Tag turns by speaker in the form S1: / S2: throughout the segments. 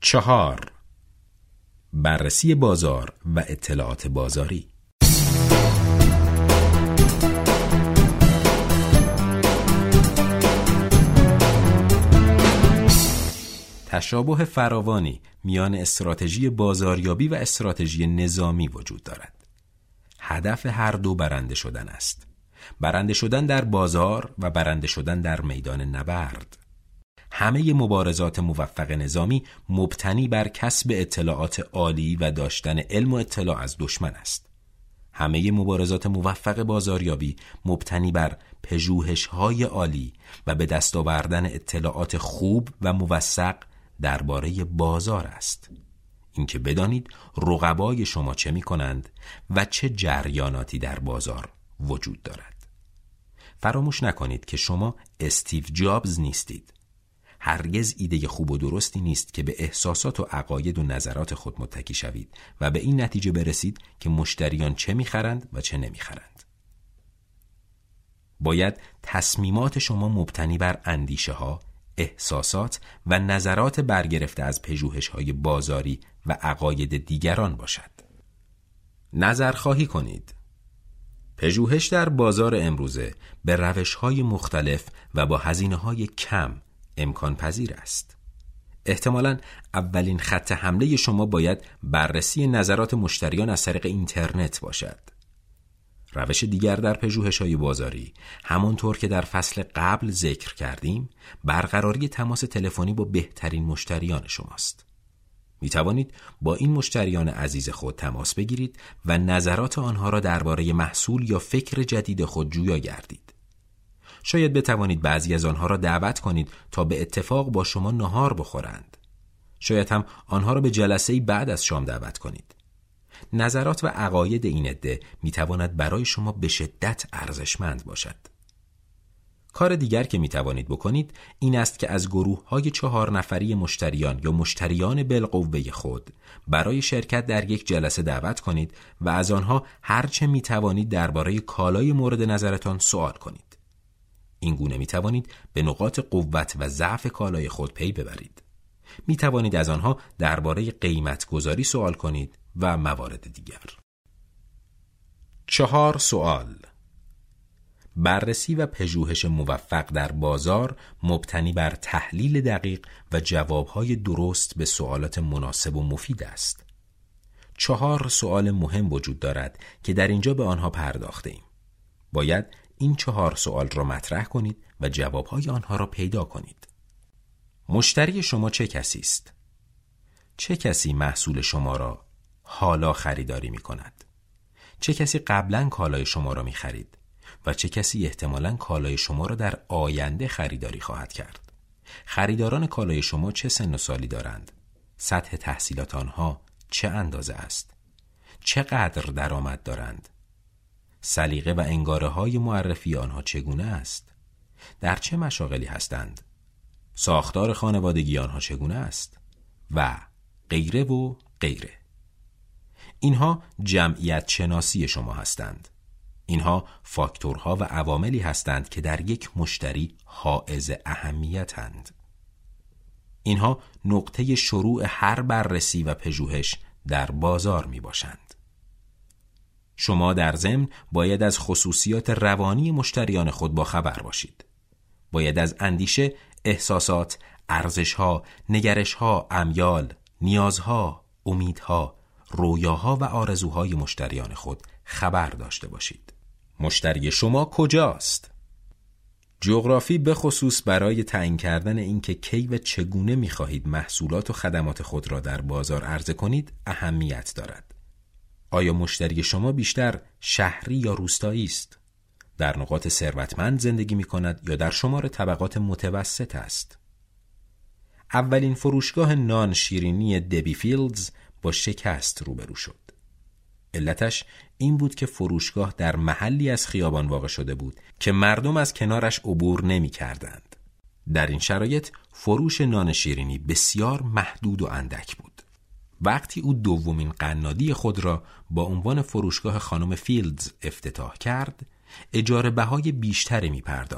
S1: 4. بررسی بازار و اطلاعات بازاری. تشابه فراوانی میان استراتژی بازاریابی و استراتژی نظامی وجود دارد. هدف هر دو برنده شدن است. برنده شدن در بازار و برنده شدن در میدان نبرد. همه مبارزات موفق نظامی مبتنی بر کسب اطلاعات عالی و داشتن علم و اطلاع از دشمن است. همه مبارزات موفق بازاریابی مبتنی بر پژوهش‌های عالی و به دست آوردن اطلاعات خوب و موثق درباره بازار است. اینکه بدانید رقبای شما چه می‌کنند و چه جریاناتی در بازار وجود دارد. فراموش نکنید که شما استیو جابز نیستید. هرگز ایده خوب و درستی نیست که به احساسات و عقاید و نظرات خود متکی شوید و به این نتیجه برسید که مشتریان چه می‌خرند و چه نمی‌خرند. باید تصمیمات شما مبتنی بر اندیشه‌ها، احساسات و نظرات برگرفته از پژوهش‌های بازاری و عقاید دیگران باشد. نظرخواهی کنید. پژوهش در بازار امروزه به روش‌های مختلف و با هزینه‌های کم امکان پذیر است. احتمالاً اولین خط حمله شما باید بررسی نظرات مشتریان از طریق اینترنت باشد. روش دیگر در پژوهش‌های بازاری، همانطور که در فصل قبل ذکر کردیم، برقراری تماس تلفنی با بهترین مشتریان شماست. می توانید با این مشتریان عزیز خود تماس بگیرید و نظرات آنها را درباره محصول یا فکر جدید خود جویا گردید. شاید بتوانید بعضی از آنها را دعوت کنید تا به اتفاق با شما نهار بخورند. شاید هم آنها را به جلسه‌ای بعد از شام دعوت کنید. نظرات و عقاید این عده میتواند برای شما به شدت ارزشمند باشد. کار دیگر که میتوانید بکنید این است که از گروه‌های 4 نفری مشتریان یا مشتریان بالقوه خود برای شرکت در یک جلسه دعوت کنید و از آنها هرچه میتوانید درباره کالای مورد نظرتان سوال کنید. این گونه میتوانید به نقاط قوت و ضعف کالای خود پی ببرید. میتوانید از آنها درباره قیمت گذاری سوال کنید و موارد دیگر. 4 سوال. بررسی و پژوهش موفق در بازار مبتنی بر تحلیل دقیق و جوابهای درست به سوالات مناسب و مفید است. 4 سوال مهم وجود دارد که در اینجا به آنها پرداخته ایم. باید این 4 سوال را مطرح کنید و جوابهای آنها را پیدا کنید. مشتری شما چه کسی است؟ چه کسی محصول شما را حالا خریداری می کند؟ چه کسی قبلا کالای شما را می خرید؟ و چه کسی احتمالاً کالای شما را در آینده خریداری خواهد کرد؟ خریداران کالای شما چه سن و سالی دارند؟ سطح تحصیلات آنها چه اندازه است؟ چقدر درآمد دارند؟ سلیقه و انگاره های معرفی آنها چگونه است؟ در چه مشاغلی هستند؟ ساختار خانوادگی آنها چگونه است؟ و غیره و غیره. اینها جمعیت شناسی شما هستند. اینها فاکتورها و عواملی هستند که در یک مشتری حائز اهمیتند. اینها نقطه شروع هر بررسی و پژوهش در بازار می باشند. شما در ضمن باید از خصوصیات روانی مشتریان خود با خبر باشید. باید از اندیشه، احساسات، ارزشها، نگرشها، امیال، نیازها، امیدها، رویاها و آرزوهای مشتریان خود خبر داشته باشید. مشتری شما کجاست؟ جغرافی به خصوص برای تعیین کردن اینکه کی و چگونه می‌خواهید محصولات و خدمات خود را در بازار عرضه کنید اهمیت دارد. آیا مشتری شما بیشتر شهری یا روستایی است؟ در نقاط ثروتمند زندگی می‌کند یا در شمار طبقات متوسط است؟ اولین فروشگاه نان شیرینی دبی فیلدز با شکست روبرو شد. علتش این بود که فروشگاه در محلی از خیابان واقع شده بود که مردم از کنارش عبور نمی کردند. در این شرایط فروش نان شیرینی بسیار محدود و اندک بود. وقتی او دومین قنادی خود را با عنوان فروشگاه خانم فیلدز افتتاح کرد، اجاره بهای بیشتری می پرداخت،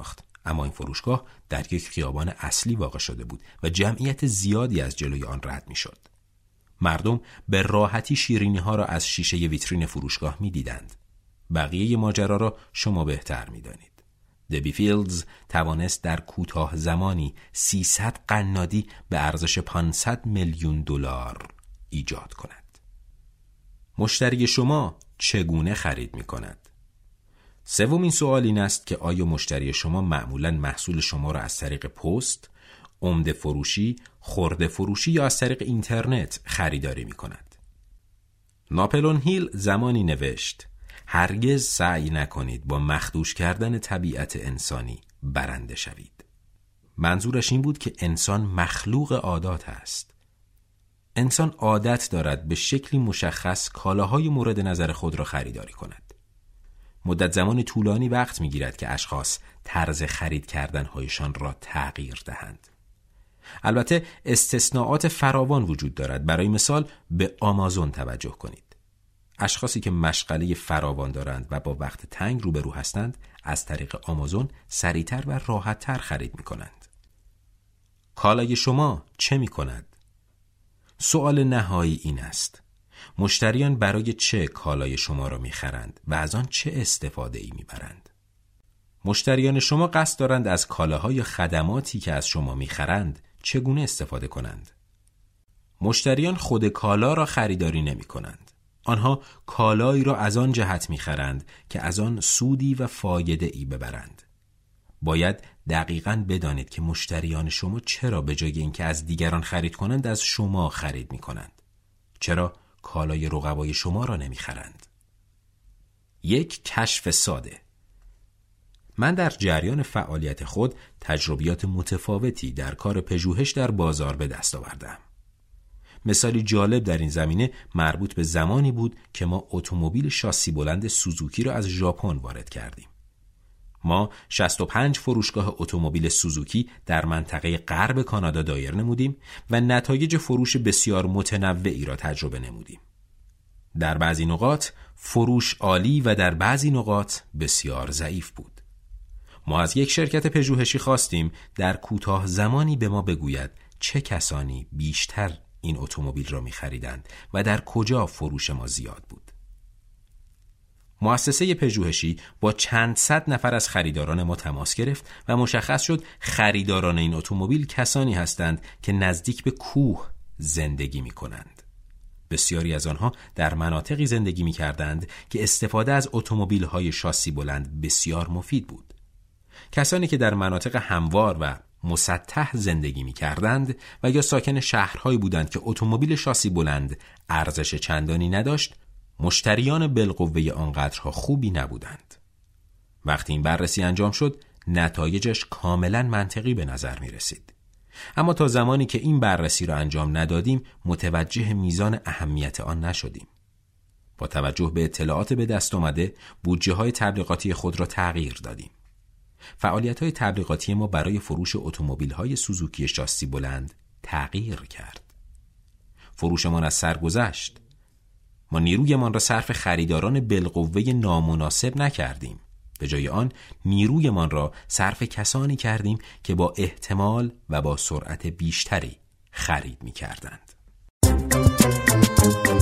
S1: اما این فروشگاه در یک خیابان اصلی واقع شده بود و جمعیت زیادی از جلوی آن رد می‌شد. مردم به راحتی شیرینی‌ها را از شیشه ویترین فروشگاه می‌دیدند. بقیه ماجرا را شما بهتر می‌دانید. دبی فیلدز توانست در کوتاه زمانی 300 قنادی به ارزش 500 میلیون دلار ایجاد کند. مشتری شما چگونه خرید می‌کند؟ سومین سوال این است که آیا مشتری شما معمولاً محصول شما را از طریق پست، عمده فروشی، خرده فروشی یا از طریق اینترنت خریداری می‌کند؟ ناپلئون هیل زمانی نوشت: هرگز سعی نکنید با مخدوش کردن طبیعت انسانی برنده شوید. منظورش این بود که انسان مخلوق عادات است. انسان عادت دارد به شکلی مشخص کالاهای مورد نظر خود را خریداری کند. مدت زمان طولانی وقت می‌گیرد که اشخاص طرز خرید کردن‌هایشان را تغییر دهند. البته استثناءات فراوان وجود دارد. برای مثال به آمازون توجه کنید. اشخاصی که مشغله فراوان دارند و با وقت تنگ روبرو هستند از طریق آمازون سریعتر و راحتتر خرید می‌کنند. کالای شما چه می‌کند؟ سوال نهایی این است: مشتریان برای چه کالای شما را می‌خرند و از آن چه استفاده‌ای می‌برند؟ مشتریان شما قصد دارند از کالاها یا خدماتی که از شما می‌خرند چگونه استفاده کنند؟ مشتریان خود کالا را خریداری نمی‌کنند. آنها کالایی را از آن جهت می‌خرند که از آن سودی و فایده‌ای ببرند. باید دقیقاً بدانید که مشتریان شما چرا به جای اینکه از دیگران خرید کنند از شما خرید می‌کنند. چرا کالای رقبای شما را نمی‌خرند؟ یک کشف ساده. من در جریان فعالیت خود تجربیات متفاوتی در کار پژوهش در بازار به دست آوردم. مثالی جالب در این زمینه مربوط به زمانی بود که ما اتومبیل شاسی بلند سوزوکی را از ژاپن وارد کردیم. ما 65 فروشگاه اتومبیل سوزوکی در منطقه غرب کانادا دایر نمودیم و نتایج فروش بسیار متنوعی را تجربه نمودیم. در بعضی نقاط فروش عالی و در بعضی نقاط بسیار ضعیف بود. ما از یک شرکت پژوهشی خواستیم در کوتاه زمانی به ما بگوید چه کسانی بیشتر این اتومبیل را می‌خریدند و در کجا فروش ما زیاد بود. مؤسسه پژوهشی با چند صد نفر از خریداران ما تماس گرفت و مشخص شد خریداران این اتومبیل کسانی هستند که نزدیک به کوه زندگی می‌کنند. بسیاری از آنها در مناطقی زندگی می‌کردند که استفاده از اتومبیل‌های شاسی بلند بسیار مفید بود. کسانی که در مناطق هموار و مسطح زندگی می‌کردند و یا ساکن شهرهایی بودند که اتومبیل شاسی بلند ارزش چندانی نداشت، مشتریان بالقوه آنقدرها خوبی نبودند. وقتی این بررسی انجام شد، نتایجش کاملا منطقی به نظر می رسید. اما تا زمانی که این بررسی را انجام ندادیم، متوجه میزان اهمیت آن نشدیم. با توجه به اطلاعات به دست آمده، بودجه‌های تبلیغاتی خود را تغییر دادیم. فعالیت‌های تبلیغاتی ما برای فروش اتومبیل‌های سوزوکی شاسی بلند تغییر کرد. فروشمان از سر گذشت. ما نیرویمان را صرف خریداران بالقوه نامناسب نکردیم. به جای آن نیرویمان را صرف کسانی کردیم که با احتمال و با سرعت بیشتری خرید می‌کردند.